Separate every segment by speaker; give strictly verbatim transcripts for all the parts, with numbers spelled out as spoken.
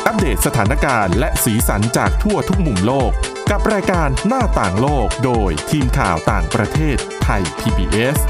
Speaker 1: อัปเดตสถานการณ์และสีสันจากทั่วทุกมุมโลกกับรายการหน้าต่างโลกโดยทีมข่าวต่างประเทศไทย พี บี เอส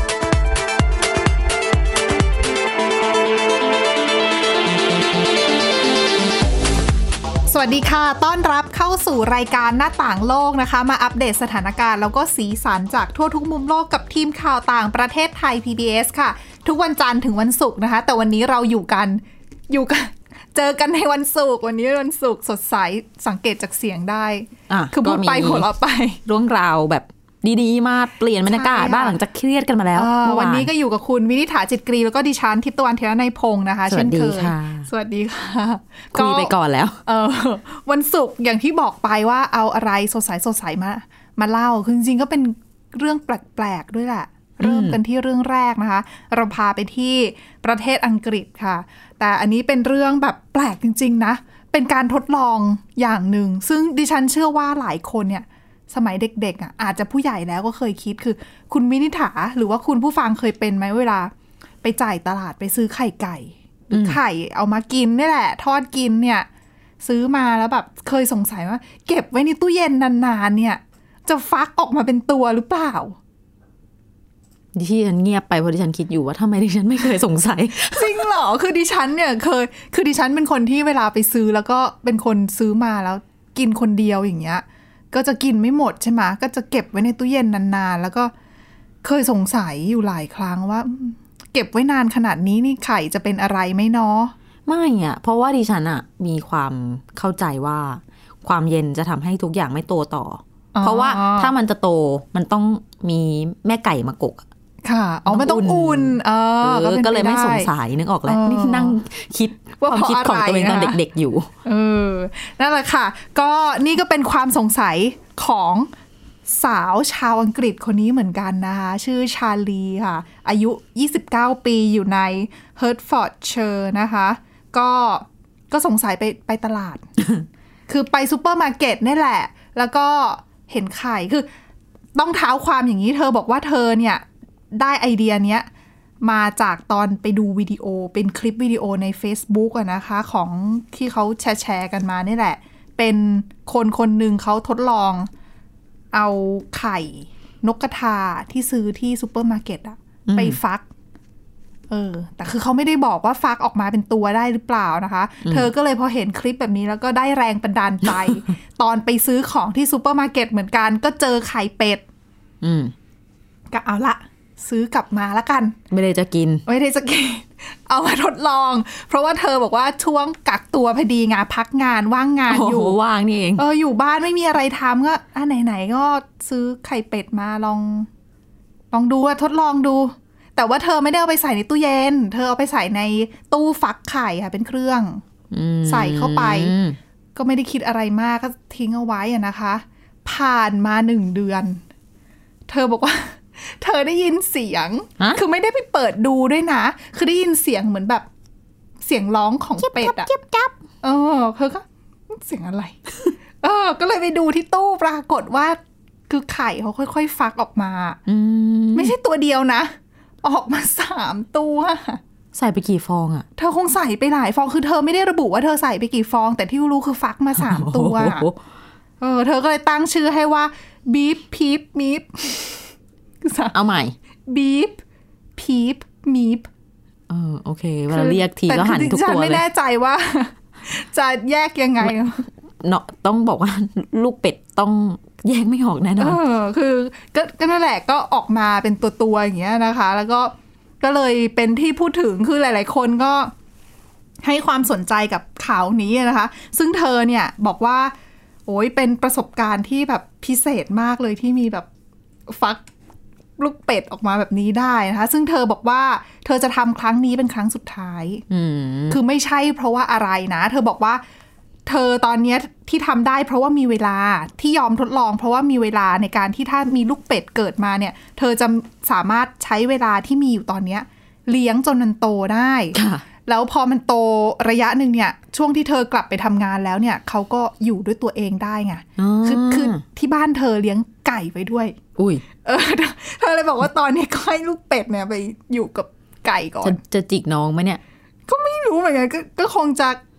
Speaker 2: สวัสดีค่ะต้อนรับเข้าสู่รายการหน้าต่างโลกนะคะมาอัปเดตสถานการณ์แล้วก็สีสันจากทั่วทุกมุมโลกกับทีมข่าวต่างประเทศไทย พี บี เอส ค่ะทุกวันจันทร์ถึงวันศุกร์นะคะแต่วันนี้เราอยู่กันอยู่กันเจอกันในวันศุกร์วันนี้วันศุกร์สดใสสังเกตจากเสียงได้คือพูดไปหัวเราะไป
Speaker 3: เรื่องราวแบบดีๆมาเปลี่ยนบรรยากาศบ้างหลังจากเครียดกันมาแล้ว
Speaker 2: วันนี้ก็อยู่กับคุณวินิษฐาจิตกรีแล้วก็ดิฉันทิพย์ตะวันเทระนัยพงษ์นะคะเช่นเคยสวัสดีค่ะ
Speaker 3: คุยไปก่อนแล้ว
Speaker 2: เออวันศุกร์อย่างที่บอกไปว่าเอาอะไรสดใสสดใสมามาเล่าคือจริงๆก็เป็นเรื่องแปลกๆด้วยแหละเริ่มกันที่เรื่องแรกนะคะเราพาไปที่ประเทศอังกฤษค่ะแต่อันนี้เป็นเรื่องแบบแปลกจริงๆนะเป็นการทดลองอย่างหนึ่งซึ่งดิฉันเชื่อว่าหลายคนเนี่ยสมัยเด็กๆอ่ะอาจจะผู้ใหญ่แล้วก็เคยคิดคือคุณวินิษฐาหรือว่าคุณผู้ฟังเคยเป็นไหมเวลาไปจ่ายตลาดไปซื้อไข่ไก่หรือไข่เอามากินนี่แหละทอดกินเนี่ยซื้อมาแล้วแบบเคยสงสัยว่าเก็บไว้ในตู้เย็นนานๆเนี่ยจะฟักออกมาเป็นตัวหรือเปล่า
Speaker 3: ดิฉันเงียบไปเพราะดิฉันคิดอยู่ว่าทำไมดิฉันไม่เคยสงสัย
Speaker 2: จริงเหรอคือดิฉันเนี่ยเคยคือดิฉันเป็นคนที่เวลาไปซื้อแล้วก็เป็นคนซื้อมาแล้วกินคนเดียวอย่างเงี้ยก็จะกินไม่หมดใช่ไหมก็จะเก็บไว้ในตู้เย็นนานๆแล้วก็เคยสงสัยอยู่หลายครั้งว่าเก็บไว้นานขนาดนี้นี่ไข่จะเป็นอะไรไหมเนาะ
Speaker 3: ไม่อ่ะเพราะว่าดิฉันอ่ะมีความเข้าใจว่าความเย็นจะทำให้ทุกอย่างไม่โตต่อเพราะว่าถ้ามันจะโตมันต้องมีแม่ไก่มากก
Speaker 2: ค่ะอ๋อมันต้องอุ่นเออ
Speaker 3: ก็เลยไม่สงสัยนึกออกแล้วนี่นั่งคิดความคิดของตัวเองตอนเด็กๆอยู่
Speaker 2: เออนั่นแหละค่ะก็นี่ก็เป็นความสงสัยของสาวชาวอังกฤษคนนี้เหมือนกันนะคะชื่อชาลีค่ะอายุยี่สิบเก้าปีอยู่ในเฮิร์ตฟอร์ดเชอร์นะคะก็ก็สงสัยไปไปตลาด คือไปซูเปอร์มาร์เก็ตนี่แหละแล้วก็เห็นไข่คือต้องเท้าความอย่างนี้เธอบอกว่าเธอเนี่ยได้ไอเดียเนี้ยมาจากตอนไปดูวิดีโอเป็นคลิปวิดีโอใน Facebook อะนะคะของที่เขาแชร์แชร์กันมานี่แหละเป็นคนคนหนึ่งเขาทดลองเอาไข่นกกระทาที่ซื้อที่ซูเปอร์มาร์เก็ตอะไปฟักเออแต่คือเขาไม่ได้บอกว่าฟักออกมาเป็นตัวได้หรือเปล่านะคะเธอก็เลยพอเห็นคลิปแบบนี้แล้วก็ได้แรงบันดาลใจ ตอนไปซื้อของที่ซูเปอร์มาร์เก็ตเหมือนกันก็เจอไข่เป็ดก็เอาละซื้อกลับมาละกัน
Speaker 3: ไม่ได้จะกิน
Speaker 2: ไม่ได้จะกินเอามาทดลองเพราะว่าเธอบอกว่าช่วงกักตัวพอดีงานพักงานว่างงานอยู่
Speaker 3: ว่างนี่เอง
Speaker 2: เอออยู่บ้านไม่มีอะไรทำก็อ่ะไหนๆก็ซื้อไข่เป็ดมาลองลองดูทดลองดูแต่ว่าเธอไม่ได้เอาไปใส่ในตู้เย็นเธอเอาไปใส่ในตู้ฟักไข่ค่ะเป็นเครื่องใส่เข้าไปก็ไม่ได้คิดอะไรมากก็ทิ้งเอาไว้อะนะคะผ่านมาหนึ่งเดือนเธอบอกว่าเธอได้ยินเสียงคือไม่ได้ไปเปิดดูด้วยนะคือได้ยินเสียงเหมือนแบบเสียงร้องของเป็ดอะเออเธอก็เสียงอะไรเออก็เลยไปดูที่ตู้ปรากฏว่าคือไข่เขาค่อยๆฟักออกมาไม่ใช่ตัวเดียวนะออกมาสามตัว
Speaker 3: ใส่ไปกี่ฟองอะ
Speaker 2: เธอคงใส่ไปหลายฟองคือเธอไม่ได้ระบุว่าเธอใส่ไปกี่ฟองแต่ที่รู้คือฟักมาสามตัวเออเธอก็เลยตั้งชื่อให้ว่าบีฟพีฟมีฟ
Speaker 3: เอาใหม่
Speaker 2: บีฟพีฟมีฟ
Speaker 3: เออโอเคเวลาเรียกทีก็หันทุกตัวเลยแต่ฉัน
Speaker 2: ไม่แน่ใจว่าจะแยกยังไง
Speaker 3: เนาะต้องบอกว่าลูกเป็ดต้องแยกไม่ออกแน่นอน
Speaker 2: เออคือก็ก็นั่นแหละก็ออกมาเป็นตัวตัวอย่างเงี้ยนะคะแล้วก็ก็เลยเป็นที่พูดถึงคือหลายๆคนก็ให้ความสนใจกับข่าวนี้นะคะซึ่งเธอเนี่ยบอกว่าโอ้ยเป็นประสบการณ์ที่แบบพิเศษมากเลยที่มีแบบฟักลูกเป็ดออกมาแบบนี้ได้นะคะซึ่งเธอบอกว่าเธอจะทำครั้งนี้เป็นครั้งสุดท้ายคือไม่ใช่เพราะว่าอะไรนะเธอบอกว่าเธอตอนนี้ที่ทำได้เพราะว่ามีเวลาที่ยอมทดลองเพราะว่ามีเวลาในการที่ถ้ามีลูกเป็ดเกิดมาเนี่ยเธอจะสามารถใช้เวลาที่มีอยู่ตอนนี้เลี้ยงจนมันโตได้แล้วพอมันโตระยะหนึ่งเนี่ยช่วงที่เธอกลับไปทำงานแล้วเนี่ยเขาก็อยู่ด้วยตัวเองได้ไงคือคือที่บ้านเธอเลี้ยงไก่ไว้ด้วย
Speaker 3: อุ้ย
Speaker 2: เออเธอเลยบอกว่าตอนนี้ก็ให้ลูกเป็ดเนี่ยไปอยู่กับไก่ก่อน
Speaker 3: จะจะจิกน้องไหมเนี่ย
Speaker 2: ก็ไม่รู้เหมือนกันก็ก็คงจะ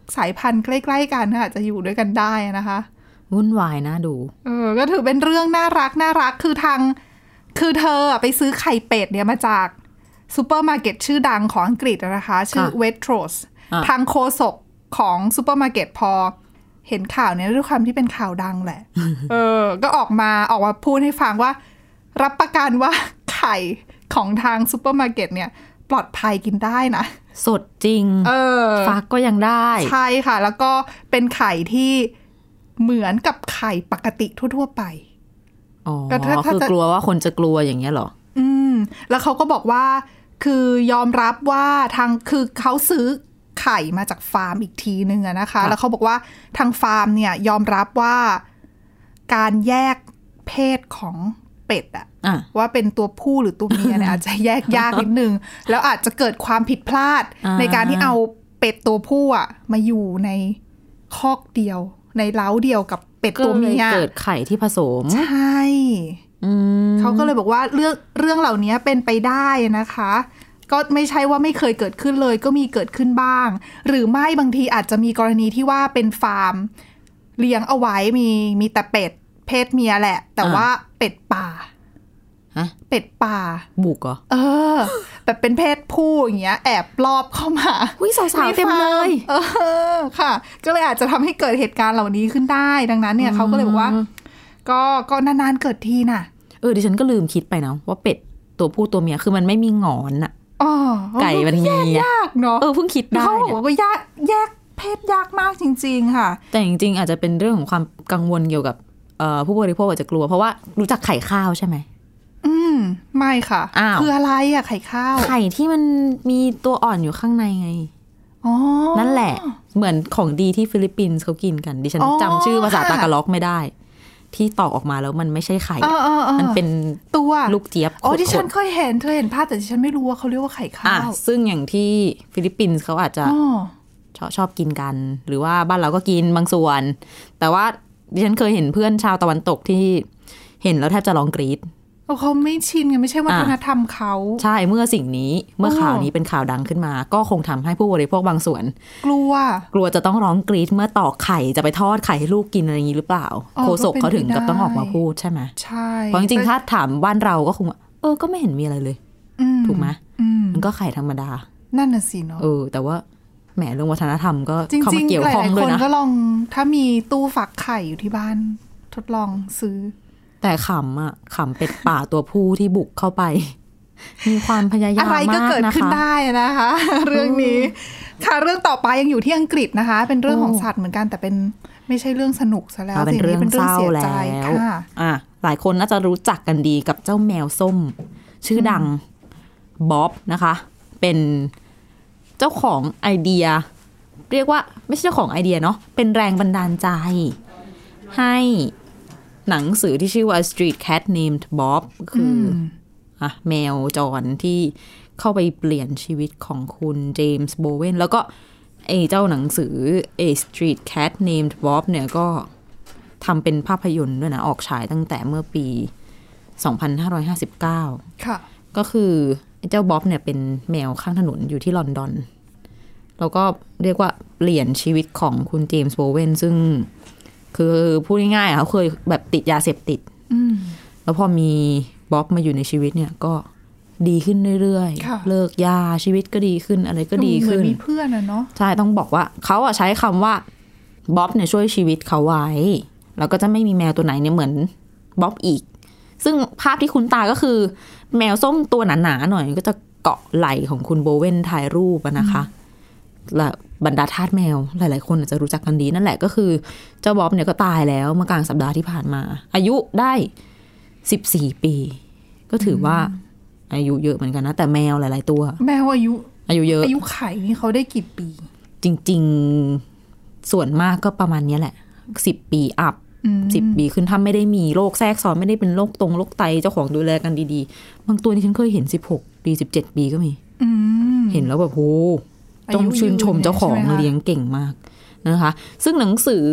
Speaker 2: สายพันธุ์ใกล้ๆกันอาจจะอยู่ด้วยกันได้นะคะ
Speaker 3: วุ่นวายน่าดู
Speaker 2: เออก็ถือเป็นเรื่องน่ารักน่ารักคือทางคือเธอไปซื้อไข่เป็ดเนี่ยมาจากซูเปอร์มาร์เก็ตชื่อดังของอังกฤษนะคะชื่อ Waitrose ทางโฆษกของซูเปอร์มาร์เก็ตพอเห็นข่าวเนี่ยด้วยความที่เป็นข่าวดังแหละ เออก็ออกมาออกมาพูดให้ฟังว่ารับประกันว่าไข่ของทางซูเปอร์มาร์เก็ตเนี่ยปลอดภัยกินได้นะ
Speaker 3: สดจริง
Speaker 2: เออ
Speaker 3: ฟักก็ยังได้
Speaker 2: ใช่ค่ะแล้วก็เป็นไข่ที่เหมือนกับไข่ปกติทั่วๆไป
Speaker 3: อ๋อคือกลัวว่าคนจะกลัวอย่างเงี้ยเหรอ
Speaker 2: อืมแล้วเขาก็บอกว่าคือยอมรับว่าทางคือเขาซื้อไข่มาจากฟาร์มอีกทีนึงอะนะคะแล้วเขาบอกว่าทางฟาร์มเนี่ยยอมรับว่าการแยกเพศของเป็ดอะว่าเป็นตัวผู้หรือตัวเมียเนี่ยอาจจะแยกยากนิดนึงแล้วอาจจะเกิดความผิดพลาดในการที่เอาเป็ดตัวผู้อะมาอยู่ในคอกเดียวในเล้าเดียวกับเป็ดตัวเมีย
Speaker 3: เกิดไข่ที่ผสม
Speaker 2: ใช่เขาก็เลยบอกว่าเรื่องเรื่องเหล่านี้เป็นไปได้นะคะก็ไม่ใช่ว่าไม่เคยเกิดขึ้นเลยก็มีเกิดขึ้นบ้างหรือไม่บางทีอาจจะมีกรณีที่ว่าเป็นฟาร์มเลี้ยงเอาไว้มีมีแต่เป็ดเพศเมียแหละแต่ว่าเป็ดป่า
Speaker 3: ฮะ
Speaker 2: เป็ดป่า
Speaker 3: บุกเหรอ
Speaker 2: เออแบบเป็นเพศผู้อย่างเงี้ยแอบลอบเข้ามา
Speaker 3: อุ้ยสาวๆเต็มเลย
Speaker 2: เออค่ะก็เลยอาจจะทำให้เกิดเหตุการณ์เหล่านี้ขึ้นได้ดังนั้นเนี่ยเขาก็เลยบอกว่าก็ก็นานๆเกิดทีน่ะ
Speaker 3: เออดิฉันก็ลืมคิดไปนะว่าเป็ดตัวผู้ตัวเมียคือมันไม่มีหงอนอะไก่มันมี
Speaker 2: ยากเนาะ
Speaker 3: เออเพิ่งคิดได้
Speaker 2: เขาบอกว่ายากแยกเพศยากมากจริงๆค่ะ
Speaker 3: แต่จริงๆอาจจะเป็นเรื่องของความกังวลเกี่ยวกับผู้บริโภคอาจจะกลัวเพราะว่ารู้จักไข่ข้าวใช่ไหม
Speaker 2: อืมไม่ค่ะคืออะไรอะไข่ข้าว
Speaker 3: ไข่ที่มันมีตัวอ่อนอยู่ข้างในไง
Speaker 2: อ๋อ
Speaker 3: นั่นแหละเหมือนของดีที่ฟิลิปปินส์เขากินกันดิฉันจำชื่อภาษาตากาล็อกไม่ได้ที่ตอกออกมาแล้วมันไม่ใช่ไข่มันเป็น
Speaker 2: ตัว
Speaker 3: ลูกเจี๊ยบ
Speaker 2: อ๋อดิฉันเคยเห็นเธอเห็นภาพแต่ดิฉันไม่รู้ว่าเขาเรียกว่าไข่ข้าว
Speaker 3: ซึ่งอย่างที่ฟิลิปปินส์เขาอาจจะชอบชอบกินกันหรือว่าบ้านเราก็กินบางส่วนแต่ว่าดิฉันเคยเห็นเพื่อนชาวตะวันตกที่เห็นแล้วแทบจะร้องกรี๊ด
Speaker 2: เขาไม่ชินไงไม่ใช่วัฒนธรรมเขา
Speaker 3: ใช่เมื่อสิ่งนี้เมื่อข่าวนี้เป็นข่าวดังขึ้นมาก็คงทำให้ผู้บริโภคบางส่วน
Speaker 2: กลัว
Speaker 3: กลัวจะต้องร้องกรี๊ดเมื่อตอกไข่จะไปทอดไข่ให้ลูกกินอะไรอย่างนี้หรือเปล่าโฆษกเขาถึงกับต้องออกมาพูดใช่ไหม
Speaker 2: ใช่
Speaker 3: เพราะจริงๆถ้าถามบ้านเราก็คงเออก็ไม่เห็นมีอะไรเลยถูกไหมมันก็ไข่ธรรมดา
Speaker 2: นั่นน่ะสิเนาะ
Speaker 3: เออแต่ว่าแหมเรื่องวัฒนธรรมก็เข้ามาเกี่ยวข้องด้วยนะ
Speaker 2: จริงๆหลายๆคนก็ลองถ้ามีตู้ฝักไข่อยู่ที่บ้านทดลองซื้อ
Speaker 3: แต่ขำอ่ะขำเป็ดป่าตัวผู้ที่บุกเข้าไปมีความพยายามมากนะคะอะไร
Speaker 2: ก็เกิดขึ้นได้นะคะเรื่องนี้ค่ะเรื่องต่อไปยังอยู่ที่อังกฤษนะคะเป็นเรื่องของสัตว์เหมือนกันแต่เป็นไม่ใช่เรื่องสนุกซะแล้ว
Speaker 3: เป็นเรื่องเศร้าแล้วอ่ะหลายคนน่าจะรู้จักกันดีกับเจ้าแมวส้มชื่อดังบ๊อบนะคะเป็นเจ้าของไอเดียเรียกว่าไม่ใช่เจ้าของไอเดียเนาะเป็นแรงบันดาลใจให้หนังสือที่ชื่อว่า Street Cat Named Bob คืออ่ะแมวจรที่เข้าไปเปลี่ยนชีวิตของคุณเจมส์โบเวนแล้วก็ไอ้เจ้าหนังสือ A Street Cat Named Bob เนี่ยก็ทำเป็นภาพยนตร์ด้วยนะออกฉายตั้งแต่เมื่อปีสองพันห้าร้อยห้าสิบเก้า
Speaker 2: ค่ะ
Speaker 3: ก็คือเจ้าบ๊อบเนี่ยเป็นแมวข้างถนนอยู่ที่ลอนดอนแล้วก็เรียกว่าเปลี่ยนชีวิตของคุณเจมส์โบเวนซึ่งคือพูดง่ายๆเขาเคยแบบติดยาเสพติดแล้วพอมีบ๊อบมาอยู่ในชีวิตเนี่ยก็ดีขึ้นเรื่อยๆเลิกยาชีวิตก็ดีขึ้นอะไรก็ดีขึ้น
Speaker 2: เหมือนมีเพื่อนอะเนาะ
Speaker 3: ใช่ต้องบอกว่าเขาอะใช้คำว่าบ๊อบเนี่ยช่วยชีวิตเขาไว้แล้วก็จะไม่มีแมวตัวไหนเนี่ยเหมือนบ๊อบอีกซึ่งภาพที่คุ้นตาก็คือแมวส้มตัวหนาๆหน่อยก็จะเกาะไหล่ของคุณโบเวนถ่ายรูปนะคะและบรรดาทาสแมวหลายๆคนอาจจะรู้จักกันดีนั่นแหละก็คือเจ้าบ๊อบเนี่ยก็ตายแล้วเมื่อกลางสัปดาห์ที่ผ่านมาอายุได้สิบสี่ปีก็ถือว่าอายุเยอะเหมือนกันนะแต่แมวหลายๆตัว
Speaker 2: แมวอายุ
Speaker 3: อายุเยอะ
Speaker 2: อายุไขนี่เขาได้กี่ปี
Speaker 3: จริงๆส่วนมากก็ประมาณนี้แหละสิบปีอัพสิบปีขึ้นถ้าไม่ได้มีโรคแทรกซ้อนไม่ได้เป็นโรคตรงโรคไตเจ้าของดูแลกันดีๆบางตัวนี่ฉันเคยเห็นสิบหกปีสิบเจ็ดปีก็มีเห็นแล้วแบบโหต้องชื่นชมเจ้าของเลี้ยงเก่งมากนะคะซึ่งหนังสือ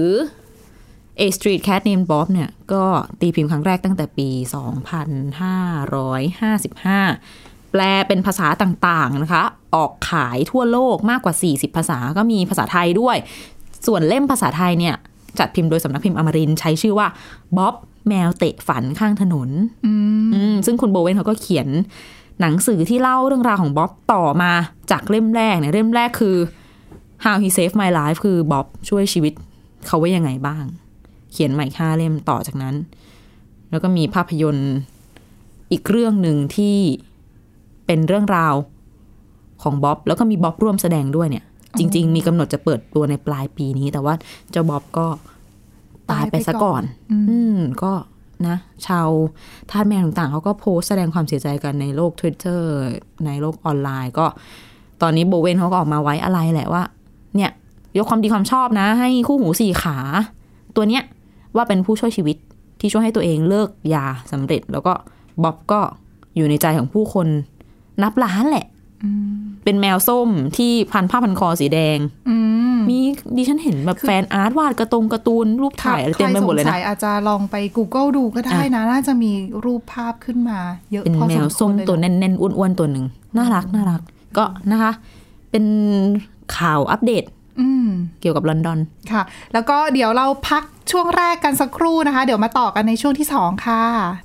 Speaker 3: A Street Cat Named Bob เนี่ยก็ตีพิมพ์ครั้งแรกตั้งแต่ปีสองพันห้าร้อยห้าสิบห้าแปลเป็นภาษาต่างๆนะคะออกขายทั่วโลกมากกว่าสี่สิบภาษาก็มีภาษาไทยด้วยส่วนเล่มภาษาไทยเนี่ยจัดพิมพ์โดยสำนักพิมพ์อมรินทร์ใช้ชื่อว่าบ๊อบแมวเตะฝันข้างถนนซึ่งคุณโบเวนเขาก็เขียนหนังสือที่เล่าเรื่องราวของบ๊อบต่อมาจากเล่มแรกเนี่ยเล่มแรกคือ How He Saved My Life คือบ๊อบช่วยชีวิตเขาไว้ยังไงบ้างเขียนใหม่ห้าเล่มต่อจากนั้นแล้วก็มีภาพยนตร์อีกเรื่องหนึ่งที่เป็นเรื่องราวของบ๊อบแล้วก็มีบ๊อบร่วมแสดงด้วยเนี่ยจริงๆมีกำหนดจะเปิดตัวในปลายปีนี้แต่ว่าเจ้าบ๊อบก็ตายไปซะก่อนอืมก็นะชาวทาสแมวต่างๆเขาก็โพสต์แสดงความเสียใจกันในโลก Twitter ในโลกออนไลน์ก็ตอนนี้โบเวนเขาก็ออกมาไว้อะไรแหละว่าเนี่ยยกความดีความชอบนะให้คู่หูสี่ขาตัวเนี้ยว่าเป็นผู้ช่วยชีวิตที่ช่วยให้ตัวเองเลิกยาสำเร็จแล้วก็บ๊อบก็อยู่ในใจของผู้คนนับล้านแหละเป็นแมวส้มที่พันผ้าพันคอสีแดงมีดิฉันเห็นแบบแฟนอาร์ตวาดกระตงการ์ตูนรูปถ่ายอะไรเต็มไปหมดเลยนะ
Speaker 2: อาจจะลองไป Google ดูก็ได้นะน่าจะมีรูปภาพขึ้นมาเยอะพอสมควรเลยเป็นแมวส้ม
Speaker 3: ตัวแน่นๆอ้วนๆตัวหนึ่งน่ารักน่ารักก็นะคะเป็นข่าวอัปเดตเกี่ยวกับลอนดอน
Speaker 2: ค่ะแล้วก็เดี๋ยวเราพักช่วงแรกกันสักครู่นะคะเดี๋ยวมาต่อกันในช่วงที่สองค่ะ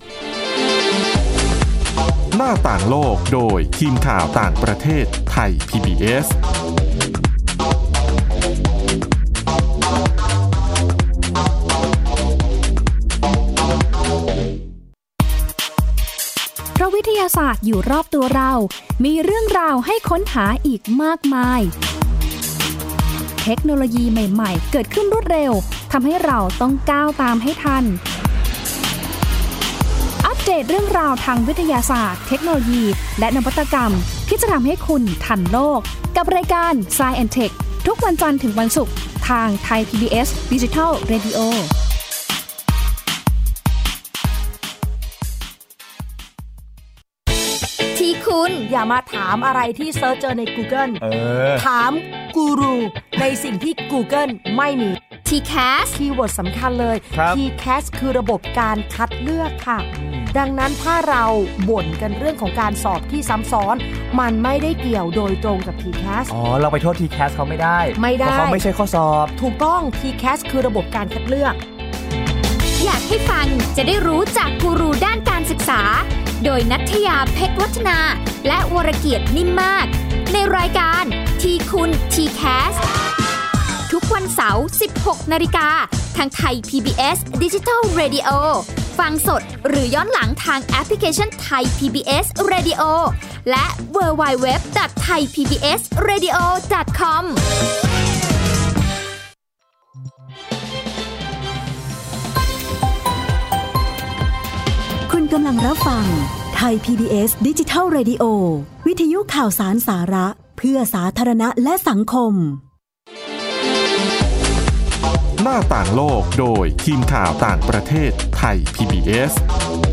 Speaker 1: หน้าต่างโลกโดยทีมข่าวต่างประเทศไทย พี บี เอส
Speaker 4: เพราะวิทยาศาสตร์อยู่รอบตัวเรามีเรื่องราวให้ค้นหาอีกมากมายเทคโนโลยีใหม่ๆเกิดขึ้นรวดเร็วทำให้เราต้องก้าวตามให้ทันอัปเดตเรื่องราวทางวิทยาศาสตร์เทคโนโลยีและนวัตกรรมที่จะทำให้คุณทันโลกกับรายการ Science แอนด์ Tech ทุกวันจันทร์ถึงวันศุกร์ทางไทย พี บี เอส Digital Radio
Speaker 5: ที่คุณอย่ามาถามอะไรที่เซิร์ชเจอใน Google
Speaker 6: เออ
Speaker 5: ถามกูรูในสิ่งที่ Google ไม่มี ที แคส คีย์เวิร์ดสำคัญเลย ที แคส คือระบบการคัดเลือกค่ะดังนั้นถ้าเราบ่นกันเรื่องของการสอบที่ซ้ำซ้อนมันไม่ได้เกี่ยวโดยตรงกับ ที แคส
Speaker 6: อ๋อเราไปโทษ ที แคส เขาไม่ได้
Speaker 5: ไม่ได้
Speaker 6: เพราะเขาไม่ใช่ข้อสอบ
Speaker 5: ถูกต้อง ที แคส คือระบบการคัดเลือก
Speaker 7: อยากให้ฟังจะได้รู้จากกูรูด้านการศึกษาโดยณัฐยาเพชรวัฒนาและวรเกียรตินิ่มมากในรายการทีคุณ ที แคส ทุกวันเสาร์ สิบหกนาฬิกาทางไทย พี บี เอส Digital Radio ฟังสดหรือย้อนหลังทางแอปพลิเคชันไทย พี บี เอส Radio และ ดับเบิลยู ดับเบิลยู ดับเบิลยู ดอท ไทย พี บี เอส เรดิโอ ดอท คอม
Speaker 4: คุณกำลังรับฟังไทย พี บี เอส Digital Radio วิทยุข่าวสารสาระเพื่อสาธารณะและสังคม
Speaker 1: หน้าต่างโลกโดยทีมข่าวต่างประเทศไทย พี บี เอส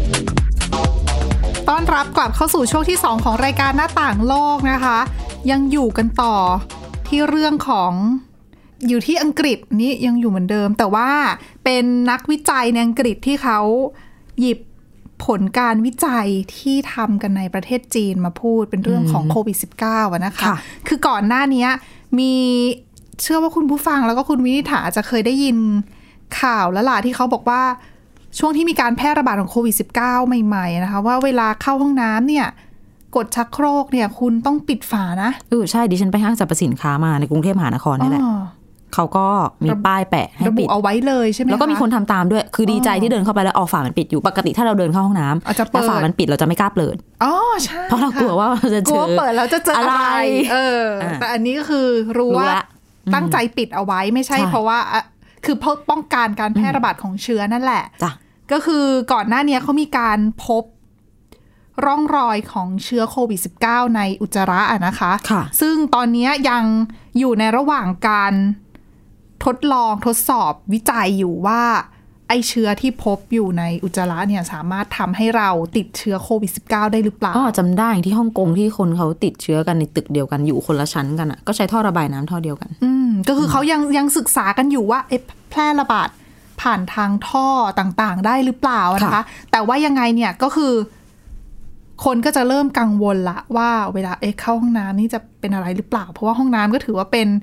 Speaker 2: ต้อนรับกลับเข้าสู่ช่วงที่สองของรายการหน้าต่างโลกนะคะยังอยู่กันต่อที่เรื่องของอยู่ที่อังกฤษนี่ยังอยู่เหมือนเดิมแต่ว่าเป็นนักวิจัยในอังกฤษที่เขาหยิบผลการวิจัยที่ทำกันในประเทศจีนมาพูดเป็นเรื่องของโควิด สิบเก้า อ่ะนะคะ คือก่อนหน้านี้มีเชื่อว่าคุณผู้ฟังแล้วก็คุณวินิฐาจะเคยได้ยินข่าวแล้วล่ะที่เขาบอกว่าช่วงที่มีการแพร่ระบาดของโควิด สิบเก้า ใหม่ๆนะคะว่าเวลาเข้าห้องน้ำเนี่ยกดชักโครกเนี่ยคุณต้องปิดฝานะ
Speaker 3: เออใช่ดิฉันไปห้างสรรพสินค้ามาในกรุงเทพมหานครนี่แหละเขาก็มีป้ายแปะให้ปิด
Speaker 2: เอาไว้เลยใช่ไหม
Speaker 3: แล้วก็มีคนทำตามด้วยคือดีใจที่เดินเข้าไปแล้วเอาฝามันปิดอยู่ปกติถ้าเราเดินเข้าห้องน้ำแล้วฝามันปิดเราจะไม่กล้าเปิด
Speaker 2: อ๋อใช่
Speaker 3: เพราะเรากลัวว่าเราจะเจอก
Speaker 2: ลัวเปิดแล้วจะเจออะไรเออแต่อันนี้ก็คือรู้ว่าตั้งใจปิดเอาไว้ไม่ใช่เพราะว่าคือเพื่อป้องกันการแพร่ระบาดของเชื้อนั่นแหละก็คือก่อนหน้านี้เขามีการพบร่องรอยของเชื้อโควิด สิบเก้า ในอุจจาระนะคะซึ่งตอนนี้ยังอยู่ในระหว่างการทดลองทดสอบวิจัยอยู่ว่าไอเชื้อที่พบอยู่ในอุจจาระเนี่ยสามารถทำให้เราติดเชื้อโควิด สิบเก้า ได้หรือเปล่า
Speaker 3: อ๋อจำได้ที่ฮ่องกงที่คนเขาติดเชื้อกันในตึกเดียวกันอยู่คนละชั้นกันอ่ะก็ใช้ท่อระบายน้ำท่อเดียวกัน
Speaker 2: อืมก็คือเขายังยังศึกษากันอยู่ว่าแพร่ระบาดผ่านทางท่อต่างๆได้หรือเปล่านะคะแต่ว่ายังไงเนี่ยก็คือคนก็จะเริ่มกังวลละว่าเวลาเอ๊ะเข้าห้องน้ำนี่จะเป็นอะไรหรือเปล่าเพราะว่าห้องน้ำก็ถือว่าเป็น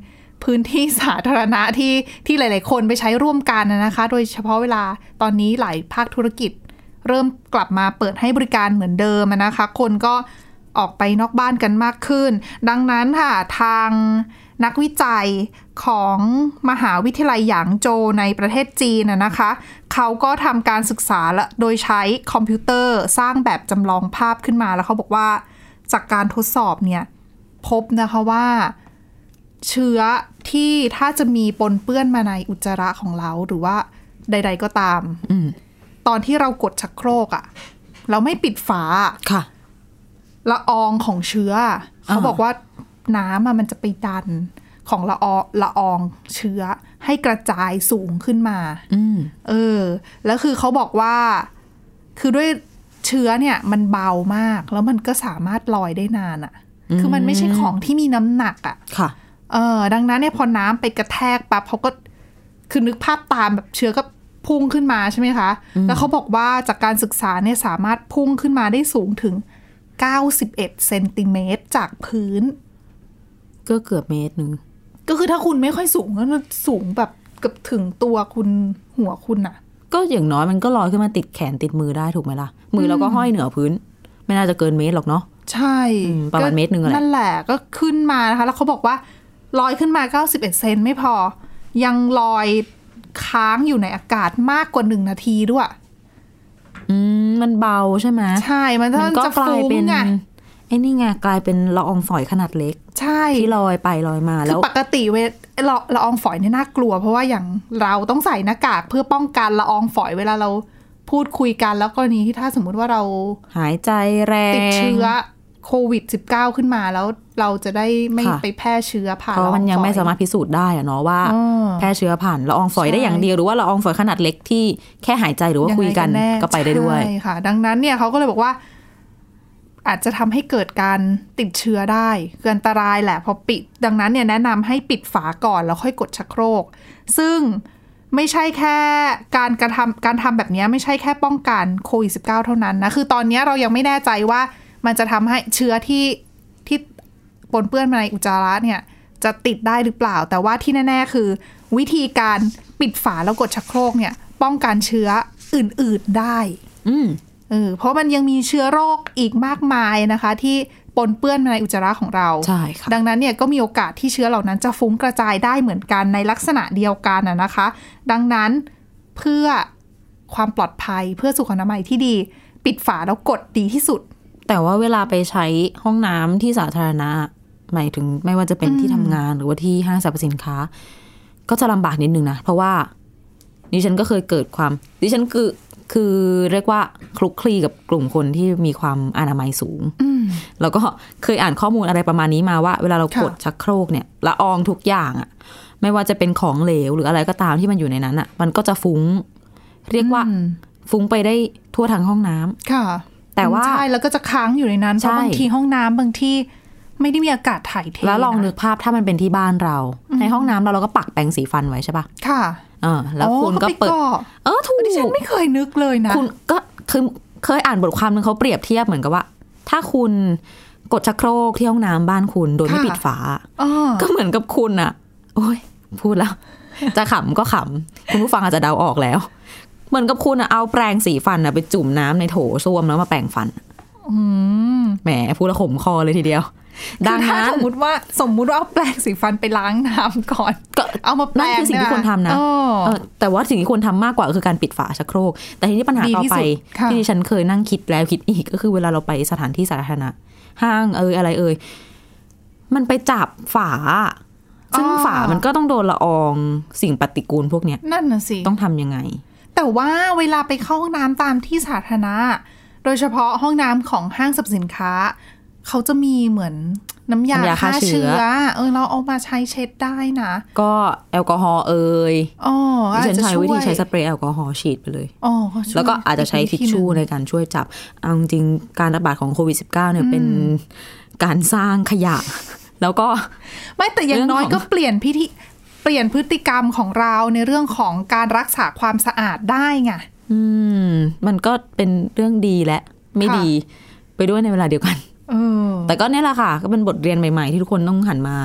Speaker 2: พื้นที่สาธารณะที่ที่หลายๆคนไปใช้ร่วมกันนะคะโดยเฉพาะเวลาตอนนี้หลายภาคธุรกิจเริ่มกลับมาเปิดให้บริการเหมือนเดิมนะคะคนก็ออกไปนอกบ้านกันมากขึ้นดังนั้นค่ะทางนักวิจัยของมหาวิทยาลัยหยางโจวในประเทศจีนนะคะเขาก็ทำการศึกษาโดยใช้คอมพิวเตอร์สร้างแบบจำลองภาพขึ้นมาแล้วเขาบอกว่าจากการทดสอบเนี่ยพบนะคะว่าเชื้อที่ถ้าจะมีปนเปื้อนมาในอุจจาระของเราหรือว่าใดๆก็ตามตอนที่เรากดชักโครกอะเราไม่ปิดฝา
Speaker 3: ค่ะ
Speaker 2: ละอองของเชื้อเขาบอกว่าน้ำมันจะไปดันของละอองละอองเชื้อให้กระจายสูงขึ้นมาเออแล้วคือเขาบอกว่าคือด้วยเชื้อเนี่ยมันเบามากแล้วมันก็สามารถลอยได้นานอะคือมันไม่ใช่ของที่มีน้ำหนักอะ
Speaker 3: ค่ะ
Speaker 2: เออดังนั้นเนี่ยพอน้ำไปกระแทกปั๊บเขาก็คือนึกภาพตามแบบเชื้อก็พุ่งขึ้นมาใช่ไหมคะแล้วเขาบอกว่าจากการศึกษาเนี่ยสามารถพุ่งขึ้นมาได้สูงถึงเก้าสิบเอ็ดเซนติเมตรจากพื้น
Speaker 3: ก็เกือบเมตรนึง
Speaker 2: ก็คือถ้าคุณไม่ค่อยสูงก็สูงแบบเกือบถึงตัวคุณหัวคุณน่ะ
Speaker 3: ก็อย่างน้อยมันก็ลอยขึ้นมาติดแขนติดมือได้ถูกไหมล่ะมือเราก็ห้อยเหนือพื้นไม่น่าจะเกินเมตรหรอกเนาะ
Speaker 2: ใช่
Speaker 3: ประมาณเมตรนึงอะไร
Speaker 2: นั่นแหละก็ขึ้นมานะคะแล้วเขาบอกว่าลอยขึ้นมาเก้าสิบเอ็ดเซนไม่พอยังลอยค้างอยู่ในอากาศมากกว่าหนึ่งนาทีด้วย
Speaker 3: อืมมันเบาใช่ไหม
Speaker 2: ใช่มันจะ
Speaker 3: กลายเป็นไอ้นี่ไงกลายเป็นละอองฝอยขนาดเล็ก
Speaker 2: ใช่
Speaker 3: ที่ลอยไปลอยมาแล้ว
Speaker 2: ปกติเวลาละอองฝอยเนี่ยน่ากลัวเพราะว่าอย่างเราต้องใส่หน้ากากเพื่อป้องกันละอองฝอยเวลาเราพูดคุยกันแล้วกรณีที่ถ้าสมมุติว่าเรา
Speaker 3: หายใจแรง
Speaker 2: ติดเชื้อโควิด สิบเก้า ขึ้นมาแล้วเราจะได้ไม่ไปแพร่เชื้อผ่าน
Speaker 3: เพราะมันยังไม่สามารถพิสูจน์ได้อะเนาะว่าแพร่เชื้อผ่านละอองฝอยได้อย่างเดียวหรือว่าละอองฝอยขนาดเล็กที่แค่หายใจหรือว่าคุยกันก็ไปได้ด้วย
Speaker 2: ใช่ค่ะดังนั้นเนี่ยเขาก็เลยบอกว่าอาจจะทำให้เกิดการติดเชื้อได้คืออันตรายแหละพอปิดดังนั้นเนี่ยแนะนำให้ปิดฝาก่อนแล้วค่อยกดชักโครกซึ่งไม่ใช่แค่การกระทำการทำแบบนี้ไม่ใช่แค่ป้องกันโควิด สิบเก้า เท่านั้นนะคือตอนนี้เรายังไม่แน่ใจว่ามันจะทำให้เชื้อที่ที่ปนเปื้อนมาในอุจจาระเนี่ยจะติดได้หรือเปล่าแต่ว่าที่แน่ๆคือวิธีการปิดฝาแล้วกดชักโครกเนี่ยป้องกันเชื้ออื่นๆได้
Speaker 3: อืม
Speaker 2: เออเพราะมันยังมีเชื้อโรคอีกมากมายนะคะที่ปนเปื้อนมาในอุจจาระของเรา
Speaker 3: ใช่ค่ะ
Speaker 2: ดังนั้นเนี่ยก็มีโอกาสที่เชื้อเหล่านั้นจะฟุ้งกระจายได้เหมือนกันในลักษณะเดียวกันนะคะดังนั้นเพื่อความปลอดภัยเพื่อสุขอนามัยที่ดีปิดฝาแล้วกดดีที่สุด
Speaker 3: แต่ว่าเวลาไปใช้ห้องน้ำที่สาธารณะหมายถึงไม่ว่าจะเป็นที่ทำงานหรือว่าที่ห้างสรรพสินค้าก็จะลำบากนิดนึงนะเพราะว่าดิฉันก็เคยเกิดความดิฉันคือคือเรียกว่าคลุกคลีกับกลุ่มคนที่มีความอนามัยสูงแล้วก็เคยอ่านข้อมูลอะไรประมาณนี้มาว่าเวลาเรากดชักโครกเนี่ยละอองทุกอย่างอ่ะไม่ว่าจะเป็นของเหลวหรืออะไรก็ตามที่มันอยู่ในนั้นอ่ะมันก็จะฟุ้งเรียกว่าฟุ้งไปได้ทั่วทั้งห้องน้ำ
Speaker 2: ค่ะ
Speaker 3: แต่ว่า
Speaker 2: ใช่แล้วก็จะค้างอยู่ในนั้นเพราะบางทีห้องน้ำบางที่ไม่ได้มีอากาศถ่ายเท
Speaker 3: แล้วลองนึกภาพถ้ามันเป็นที่บ้านเราในห้องน้ำเราเราก็ปักแปรงสีฟันไว้ใช่ปะ
Speaker 2: ค่ะ
Speaker 3: เออแล้วคุณก็เปิดเออถูก
Speaker 2: ดิฉันไม่เคยนึกเลยนะ
Speaker 3: คุณก็คือเคยอ่านบทความนึงเขาเปรียบเทียบเหมือนกับว่าถ้าคุณกดชักโครกที่ห้องน้ำบ้านคุณโดยไม่ปิดฝาก็เหมือนกับคุณอ่ะโอ้ยพูดแล้วจะขำก็ขำคุณผู้ฟังอาจจะเดาออกแล้วเหมือนกับคุณอ่ะเอาแปรงสีฟันอ่ะไปจุ่มน้ำในโถส้วมแล้วมาแปรงฟันแหมพูดแล้วขมคอเลยทีเดียว
Speaker 2: ดังนั้นสมมติว่าสมมุติว่าเอาแปรงสีฟันไปล้างน้ำก่อน
Speaker 3: ก็เอามาแปรงนั่นคือสิ่งที่ควรทำนะแต่ว่าสิ่งที่ควรทำมากกว่าคือการปิดฝาชักโครกแต่ทีนี้ปัญหาต่อไปที่ฉันเคยนั่งคิดแล้วคิดอีกก็คือเวลาเราไปสถานที่สาธารณะห้างเอ่ยอะไรเอ่ยมันไปจับฝาซึ่งฝามันก็ต้องโดนละอองสิ่งปฏิกูลพวกเนี้ย
Speaker 2: นั่นน่ะสิ
Speaker 3: ต้องทำยังไง
Speaker 2: แต่ว่าเวลาไปเข้าห้องน้ำตามที่สาธารณะโดยเฉพาะห้องน้ำของห้างสรรพสินค้าเขาจะมีเหมือนน้ำยาฆ่าเชื้อเออเราเอามาใช้เช็ดได้นะ
Speaker 3: ก็แอลกอฮอล์เอ่ย
Speaker 2: อ๋อ
Speaker 3: ฉันใช้วิธีใช้สเปรย์แอลกอฮอล์ฉีดไปเลย
Speaker 2: อ๋อ
Speaker 3: แล้วก็อาจจะใช้ทิชชู่ในการช่วยจับเอาจริงการระบาดของโควิด สิบเก้า เนี่ยเป็นการสร้างขยะแล้วก็
Speaker 2: ไม่แต่อย่างน้อยก็เปลี่ยนพิธีเปลี่ยนพฤติกรรมของเราในเรื่องของการรักษาความสะอาดได้ไง
Speaker 3: อืมมันก็เป็นเรื่องดีและไม่ดีไปด้วยในเวลาเดียวกันแต่ก็นี่แหละค่ะก็เป็นบทเรียนใหม่ๆที่ทุกคนต้องหันมา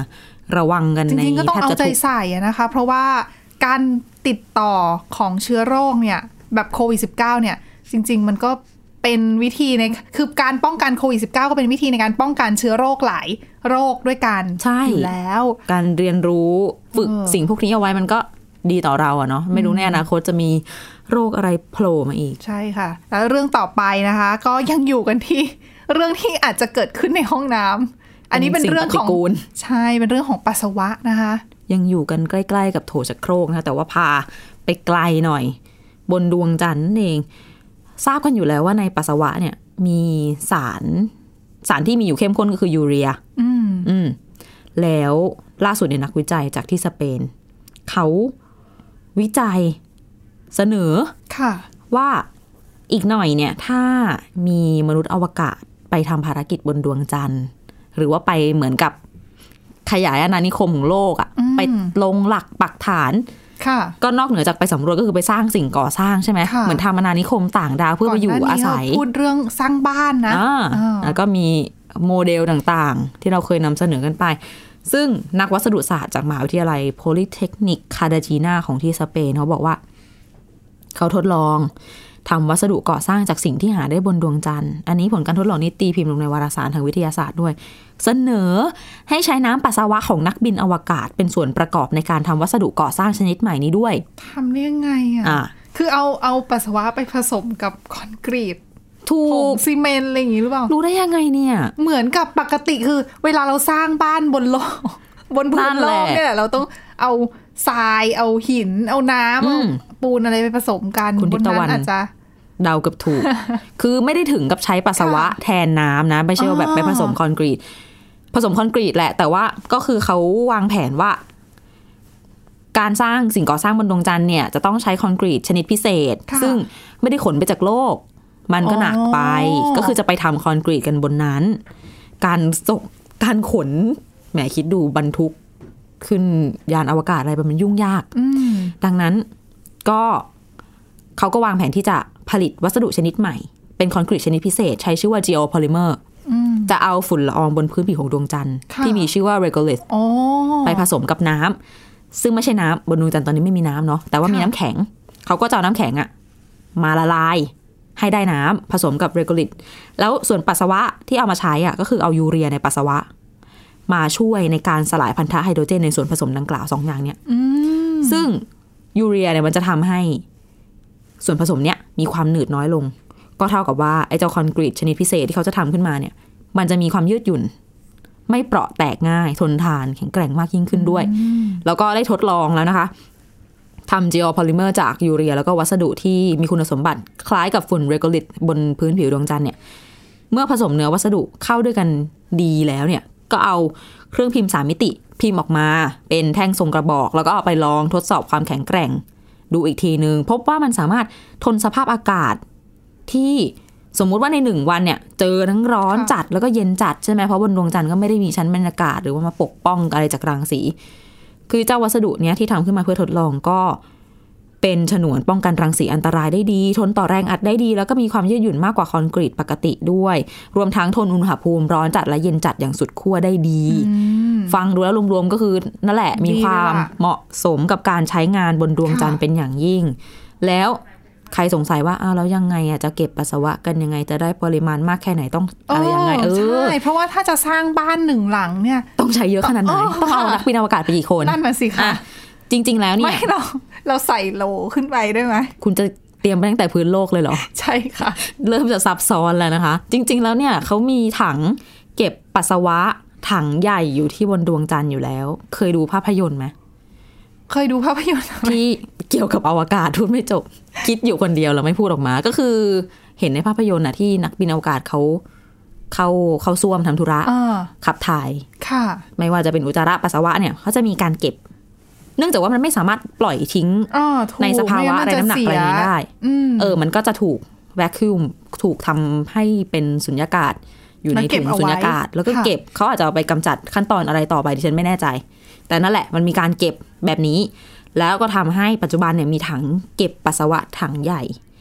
Speaker 3: ระวังกันใน
Speaker 2: จริงๆก็ต้องเอาใจใส่นะคะเพราะว่าการติดต่อของเชื้อโรคเนี่ยแบบโควิด สิบเก้า เนี่ยจริงๆมันก็เป็นวิธีในคือการป้องกันโควิด สิบเก้า ก็เป็นวิธีในการป้องกันเชื้อโรคหลายโรคด้วยกันอยู่แล้ว
Speaker 3: การเรียนรู้ฝึกสิ่งพวกนี้เอาไว้มันก็ดีต่อเราอะเนาะไม่รู้ในอนาคตจะมีโรคอะไรโผล่มาอีก
Speaker 2: ใช่ค่ะแล้วเรื่องต่อไปนะคะก็ยังอยู่กันที่เรื่องที่อาจจะเกิดขึ้นในห้องน้ำอันนี้เป็นเรื่องของใช่เป็นเรื่องของปัสสาวะนะคะ
Speaker 3: ยังอยู่กันใกล้ๆกับโถชักโครกนะแต่ว่าพาไปไกลหน่อยบนดวงจันทร์นั่นเองทราบกันอยู่แล้วว่าในปัสสาวะเนี่ยมีสารสารที่มีอยู่เข้มข้นก็คือยูเรีย
Speaker 2: อืม
Speaker 3: อืมแล้วล่าสุดเนี่ยนักวิจัยจากที่สเปนเขาวิจัยเสนอ
Speaker 2: ค่ะ
Speaker 3: ว่าอีกหน่อยเนี่ยถ้ามีมนุษย์อวกาศไปทำภารกิจบนดวงจันทร์หรือว่าไปเหมือนกับขยายอาณานิคมของโลกอะไปลงหลักปักฐานก็นอกเหนือจากไปสำรวจก็คือไปสร้างสิ่งก่อสร้างใช่ไหมเหมือนทำอาณานิคมต่างดาวเพื่อไปอยู่อาศัย
Speaker 2: พูดเรื่องสร้างบ้านนะ
Speaker 3: แล้วก็มีโมเดลต่างๆที่เราเคยนำเสนอกันไปซึ่งนักวัสดุศาสตร์จากมหาวิทยาลัยโพลิเทคนิกคาร์ดาจีนาของที่สเปนเขาบอกว่าเขาทดลองทำวัสดุก่อสร้างจากสิ่งที่หาได้บนดวงจันทร์อันนี้ผลการทดลองนี้ตีพิมพ์ลงในวารสารทางวิทยาศาสตร์ด้วยเสนอให้ใช้น้ำปัสสาวะของนักบินอวกาศเป็นส่วนประกอบในการทำวัสดุก่อสร้างชนิดใหม่นี้ด้วย
Speaker 2: ทำได้ยังไงอ่ะ
Speaker 3: อ่ะ
Speaker 2: คือเอาเอาปัสสาวะไปผสมกับคอนกรีต
Speaker 3: ถูก
Speaker 2: ซีเมนต์อะไรอย่างงี้หรือเปล่า
Speaker 3: รู้ได้ยังไงเนี่ย
Speaker 2: เหมือนกับปกติคือเวลาเราสร้างบ้านบนโลกบนพื้นโลกเนี่ยเราต้องเอาทรายเอาหินเอาน้ำเอาปูนอะไรไปผสมกัน
Speaker 3: บนนั้นอาจจะเดากับถูก คือไม่ได้ถึงกับใช้ปัสสาวะแทนน้ำนะไม่ใช่ว่าแบบไปผสมคอนกรีตผสมคอนกรีตแหละแต่ว่าก็คือเขาวางแผนว่าการสร้างสิ่งก่อสร้างบนดวงจันทร์เนี่ยจะต้องใช้คอนกรีตชนิดพิเศษซึ่งไม่ได้ขนไปจากโลกมันก็หนักไปก็คือจะไปทำคอนกรีตกันบนนั้นการส่งการขนแหมคิดดูบรรทุกขึ้นยานอวกาศอะไรมันยุ่งยากดังนั้นก็เขาก็วางแผนที่จะผลิตวัสดุชนิดใหม่เป็นคอนกรีตชนิดพิเศษใช้ชื่อว่า geopolymer จะเอาฝุ่นละอองบนพื้นผิวของดวงจันทร์ที่มีชื่อว่า regolith ไปผสมกับน้ำซึ่งไม่ใช่น้ำบนดวงจันทร์ตอนนี้ไม่มีน้ำเนาะแต่ว่ามีน้ำแข็งเขาก็จะเอาน้ำแข็งอะมาละลายให้ได้น้ำผสมกับ regolith แล้วส่วนปัสสาวะที่เอามาใช้อะก็คือเอายูเรียในปัสสาวะมาช่วยในการสลายพันธะไฮโดรเจนในส่วนผสมดังกล่าวสองอย่างเนี่ยซึ่งยูเรียเนี่ยมันจะทำให้ส่วนผสมเนี้ยมีความหนืดน้อยลงก็เท่ากับว่าไอ้เจ้าคอนกรีตชนิดพิเศษที่เขาจะทำขึ้นมาเนี่ยมันจะมีความยืดหยุ่นไม่เปราะแตกง่ายทนทานแข็งแกร่งมากยิ่งขึ้นด้วยแล้วก็ได้ทดลองแล้วนะคะทำ geopolymer จากยูเรียแล้วก็วัสดุที่มีคุณสมบัติคล้ายกับฝุ่น regolith บนพื้นผิวดวงจันทร์เนี่ยเมื่อผสมเนื้อวัสดุเข้าด้วยกันดีแล้วเนี่ยก็เอาเครื่องพิมพ์สามมิติพิมพ์ออกมาเป็นแท่งทรงกระบอกแล้วก็เอาไปลองทดสอบความแข็งแกร่งดูอีกทีนึงพบว่ามันสามารถทนสภาพอากาศที่สมมุติว่าในหนึ่งวันเนี่ยเจอทั้งร้อนจัดแล้วก็เย็นจัดใช่ไหมเพราะบนดวงจันทร์ก็ไม่ได้มีชั้นบรรยากาศหรือว่ามาปกป้องอะไรจากรังสีคือเจ้าวัสดุเนี้ยที่ทำขึ้นมาเพื่อทดลองก็เป็นฉนวนป้องกันรังสีอันตรายได้ดีทนต่อแรงอัดได้ดีแล้วก็มีความยืดหยุ่นมากกว่าคอนกรีตปกติด้วยรวมทั้งทนอุณหภูมิร้อนจัดและเย็นจัดอย่างสุดขั้วได้ดีฟังดูแล้วรวมๆก็คือนั่นแหละมีความเหมาะสมกับการใช้งานบนดวงจันทร์เป็นอย่างยิ่งแล้วใครสงสัยว่าอ้าวแล้วยังไงอ่ะจะเก็บปัสสาวะกันยังไงจะได้ปริมาณมากแค่ไหนต้องอะไรยังไงเออ
Speaker 2: ใช่เพราะว่าถ้าจะสร้างบ้านหนึ่งหลังเนี่ย
Speaker 3: ต้องใช้เยอะขนาดไหนต้องเอานักบินอวกาศไปกี่คน
Speaker 2: นั่นน่ะสิค่ะ
Speaker 3: จริงๆแล้วเนี่ย
Speaker 2: ไม่เราเราใส่โลขึ้นไปได้ไหม
Speaker 3: คุณจะเตรียมไปตั้งแต่พื้นโลกเลยเหรอ
Speaker 2: ใช่ค่ะ
Speaker 3: เริ่มจะซับซ้อนแล้วนะคะจริงๆแล้วเนี่ยเขามีถังเก็บปัสสาวะถังใหญ่อยู่ที่บนดวงจันทร์อยู่แล้วเคยดูภาพยนตร์ไหม
Speaker 2: เคยดูภาพยนตร์
Speaker 3: ที่เกี่ยวกับอวกาศพูดไม่จบคิดอยู่คนเดียวแล้วไม่พูดออกมาก็คือเห็นในภาพยนตร์น่ะที่นักบินอวกาศเขาเข้าเข้าซ่วมทำธุระขับถ่าย
Speaker 2: ค่ะ
Speaker 3: ไม่ว่าจะเป็นอุจจาระปัสสาวะเนี่ยเขาจะมีการเก็บเนื่องจากว่ามันไม่สามารถปล่อยทิ้งในสภาวะอะไรน้ำหนักอะไรนี้ได้เออมันก็จะถูกแวคคิวมถูกทำให้เป็นสุญญากาศอยู่ในถุงสุญญากาศแล้วก็เก็บเขาอาจจะเอาไปกำจัดขั้นตอนอะไรต่อไปดิฉันไม่แน่ใจแต่นั่นแหละมันมีการเก็บแบบนี้แล้วก็ทำให้ปัจจุบันเนี่ยมีถังเก็บปัสสาวะถังใหญ่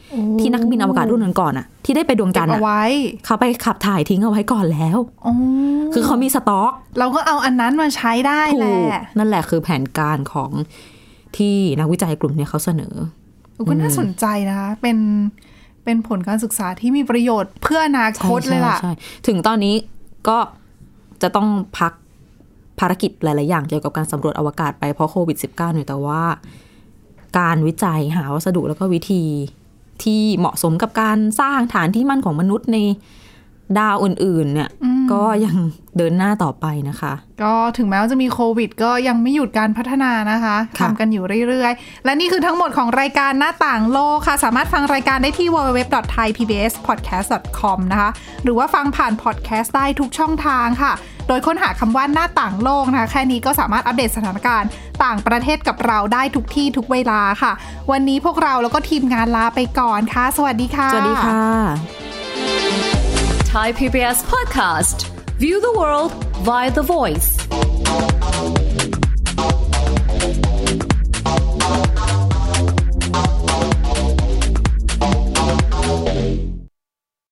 Speaker 3: ที่นักบินอวกาศรุ่นก่อนๆอ่ะที่ได้ไปดวงจันทร์อ่ะเขาไปขับถ่ายทิ้งเอาไว้ก่อนแล้วคือเขามีสต็อก
Speaker 2: เราก็เอาอันนั้นมาใช้ได้แหละ
Speaker 3: นั่นแหละคือแผนการของที่นักวิจัยกลุ่มนี้เขาเสนอ
Speaker 2: ก็น่าสนใจนะคะเป็นเป็นผลการศึกษาที่มีประโยชน์เพื่ออนาคตเลยล่ะ
Speaker 3: ถึงตอนนี้ก็จะต้องพักภารกิจหลายๆอย่างเกี่ยวกับการสำรวจอวกาศไปเพราะโควิด สิบเก้า อยู่แต่ว่าการวิจัยหาวัสดุแล้วก็วิธีที่เหมาะสมกับการสร้างฐานที่มั่นของมนุษย์ในดาวอื่นๆเนี่ยก็ยังเดินหน้าต่อไปนะคะ
Speaker 2: ก็ถึงแม้ว่าจะมีโควิดก็ยังไม่หยุดการพัฒนานะคะทำกันอยู่เรื่อยๆและนี่คือทั้งหมดของรายการหน้าต่างโลกค่ะสามารถฟังรายการได้ที่ ดับเบิลยู ดับเบิลยู ดับเบิลยู ดอท ไทย พี บี เอส พอดแคสต์ ดอท คอม นะคะหรือว่าฟังผ่านพอดแคสต์ได้ทุกช่องทางค่ะโดยค้นหาคำว่าหน้าต่างโลกนะคะแค่นี้ก็สามารถอัปเดตสถานการณ์ต่างประเทศกับเราได้ทุกที่ทุกเวลาค่ะวันนี้พวกเราแล้วก็ทีมงานลาไปก่อนค่ะสวัสดีค่ะ
Speaker 3: สวัสดีค่ะ
Speaker 8: Thai พี บี เอส Podcast View the world via the voice